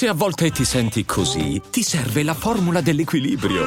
Se a volte ti senti così, ti serve la formula dell'equilibrio.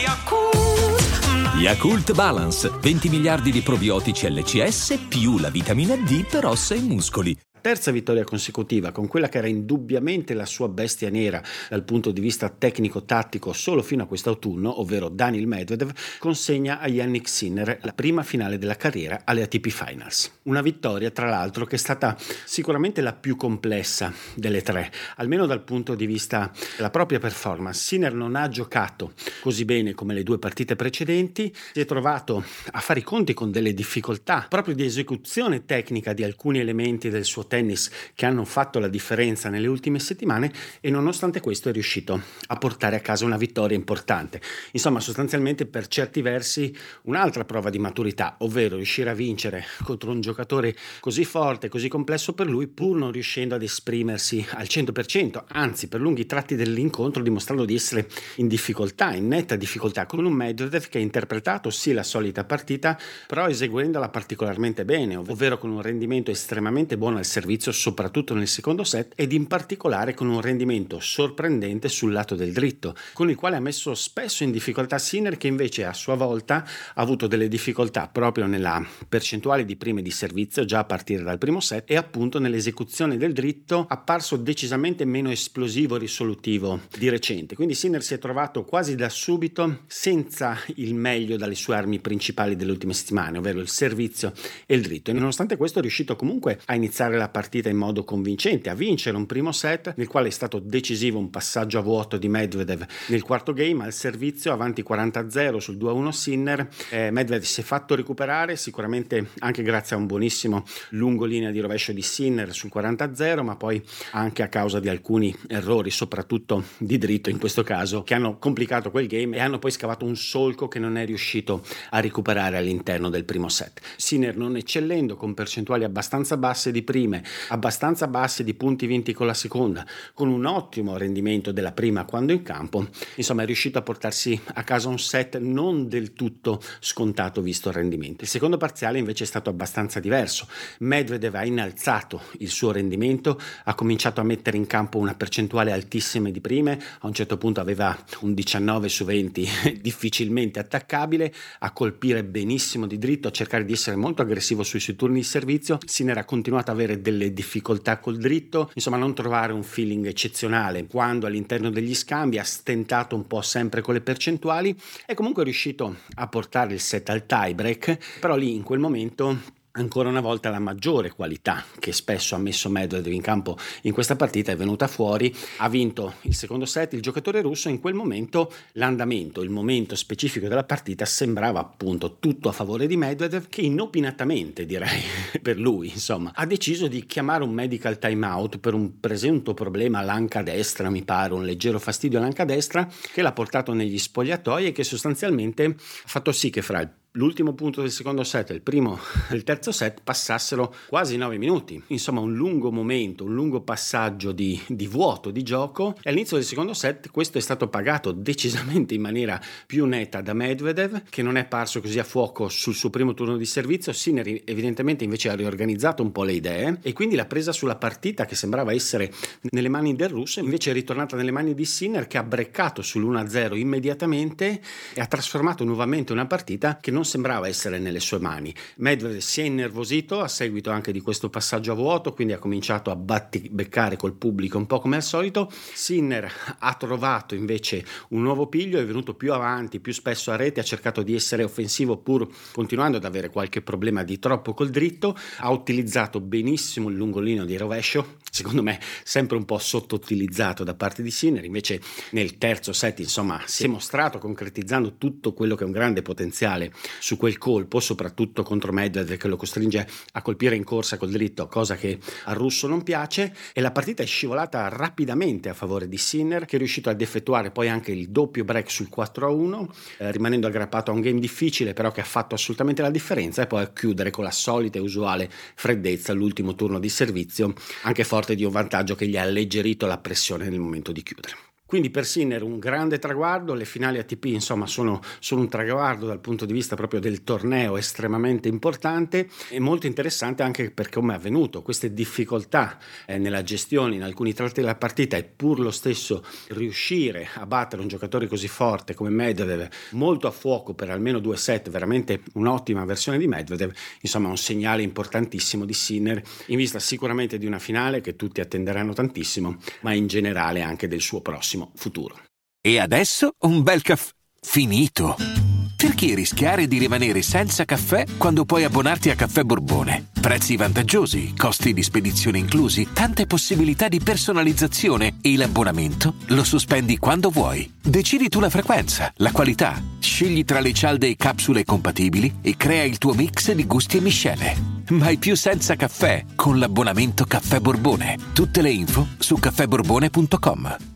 Yakult Balance, 20 miliardi di probiotici LCS più la vitamina D per ossa e muscoli. Terza vittoria consecutiva con quella che era indubbiamente la sua bestia nera dal punto di vista tecnico-tattico solo fino a quest'autunno, ovvero Daniil Medvedev, consegna a Jannik Sinner la prima finale della carriera alle ATP Finals. Una vittoria, tra l'altro, che è stata sicuramente la più complessa delle tre, almeno dal punto di vista della propria performance. Sinner non ha giocato così bene come le due partite precedenti, si è trovato a fare i conti con delle difficoltà proprio di esecuzione tecnica di alcuni elementi del suo tennis che hanno fatto la differenza nelle ultime settimane, e nonostante questo è riuscito a portare a casa una vittoria importante. Insomma, sostanzialmente per certi versi un'altra prova di maturità, ovvero riuscire a vincere contro un giocatore così forte, così complesso per lui, pur non riuscendo ad esprimersi al 100%, anzi per lunghi tratti dell'incontro dimostrando di essere in difficoltà, in netta difficoltà, con un Medvedev che ha interpretato sì la solita partita, però eseguendola particolarmente bene, ovvero con un rendimento estremamente buono al servizio, soprattutto nel secondo set, ed in particolare con un rendimento sorprendente sul lato del dritto, con il quale ha messo spesso in difficoltà Sinner, che invece a sua volta ha avuto delle difficoltà proprio nella percentuale di prime di servizio già a partire dal primo set, e appunto nell'esecuzione del dritto apparso decisamente meno esplosivo e risolutivo di recente. Quindi Sinner si è trovato quasi da subito senza il meglio dalle sue armi principali delle ultime settimane, ovvero il servizio e il dritto, e nonostante questo è riuscito comunque a iniziare la partita in modo convincente, a vincere un primo set nel quale è stato decisivo un passaggio a vuoto di Medvedev nel quarto game al servizio, avanti 40-0 sul 2-1 Sinner. Medvedev si è fatto recuperare sicuramente anche grazie a un buonissimo lungo linea di rovescio di Sinner sul 40-0, ma poi anche a causa di alcuni errori, soprattutto di dritto in questo caso, che hanno complicato quel game e hanno poi scavato un solco che non è riuscito a recuperare all'interno del primo set. Sinner, non eccellendo, con percentuali abbastanza basse di prime, abbastanza basse di punti vinti con la seconda, con un ottimo rendimento della prima quando in campo, insomma è riuscito a portarsi a casa un set non del tutto scontato visto il rendimento. Il secondo parziale invece è stato abbastanza diverso. Medvedev ha innalzato il suo rendimento, ha cominciato a mettere in campo una percentuale altissima di prime, a un certo punto aveva un 19 su 20 difficilmente attaccabile, a colpire benissimo di dritto, a cercare di essere molto aggressivo sui suoi turni di servizio. Sinner ha continuato ad avere delle difficoltà col dritto, insomma non trovare un feeling eccezionale quando all'interno degli scambi, ha stentato un po' sempre con le percentuali, è comunque riuscito a portare il set al tie break, però lì in quel momento ancora una volta la maggiore qualità che spesso ha messo Medvedev in campo in questa partita è venuta fuori. Ha vinto il secondo set il giocatore russo, e in quel momento l'andamento, il momento specifico della partita sembrava appunto tutto a favore di Medvedev, che inopinatamente, direi per lui, insomma, ha deciso di chiamare un medical timeout per un presunto problema all'anca destra, mi pare un leggero fastidio all'anca destra che l'ha portato negli spogliatoi, e che sostanzialmente ha fatto sì che fra l'ultimo punto del secondo set e il primo del terzo set passassero quasi 9 minuti, insomma un lungo momento, un lungo passaggio di vuoto di gioco, e all'inizio del secondo set questo è stato pagato decisamente in maniera più netta da Medvedev, che non è parso così a fuoco sul suo primo turno di servizio. Sinner evidentemente invece ha riorganizzato un po' le idee, e quindi la presa sulla partita, che sembrava essere nelle mani del russo, invece è ritornata nelle mani di Sinner, che ha breccato sull'1-0 immediatamente e ha trasformato nuovamente una partita che non sembrava essere nelle sue mani. Medvedev si è innervosito a seguito anche di questo passaggio a vuoto, quindi ha cominciato a battibeccare col pubblico un po' come al solito. Sinner ha trovato invece un nuovo piglio, è venuto più avanti, più spesso a rete, ha cercato di essere offensivo pur continuando ad avere qualche problema di troppo col dritto, ha utilizzato benissimo il lungolino di rovescio, secondo me sempre un po' sottoutilizzato da parte di Sinner. Invece nel terzo set insomma si è mostrato concretizzando tutto quello che è un grande potenziale su quel colpo, soprattutto contro Medvedev che lo costringe a colpire in corsa col dritto, cosa che al russo non piace, e la partita è scivolata rapidamente a favore di Sinner, che è riuscito ad effettuare poi anche il doppio break sul 4-1, rimanendo aggrappato a un game difficile però che ha fatto assolutamente la differenza, e poi a chiudere con la solita e usuale freddezza l'ultimo turno di servizio, anche forte di un vantaggio che gli ha alleggerito la pressione nel momento di chiudere. Quindi per Sinner un grande traguardo, le finali ATP insomma sono un traguardo dal punto di vista proprio del torneo estremamente importante e molto interessante anche per come è avvenuto, queste difficoltà nella gestione in alcuni tratti della partita e pur lo stesso riuscire a battere un giocatore così forte come Medvedev, molto a fuoco per almeno 2 set, veramente un'ottima versione di Medvedev, insomma un segnale importantissimo di Sinner in vista sicuramente di una finale che tutti attenderanno tantissimo, ma in generale anche del suo prossimo futuro. E adesso un bel caffè finito. Perché rischiare di rimanere senza caffè quando puoi abbonarti a Caffè Borbone? Prezzi vantaggiosi, costi di spedizione inclusi, tante possibilità di personalizzazione e l'abbonamento lo sospendi quando vuoi. Decidi tu la frequenza, la qualità, scegli tra le cialde e capsule compatibili e crea il tuo mix di gusti e miscele. Mai più senza caffè con l'abbonamento Caffè Borbone. Tutte le info su caffèborbone.com.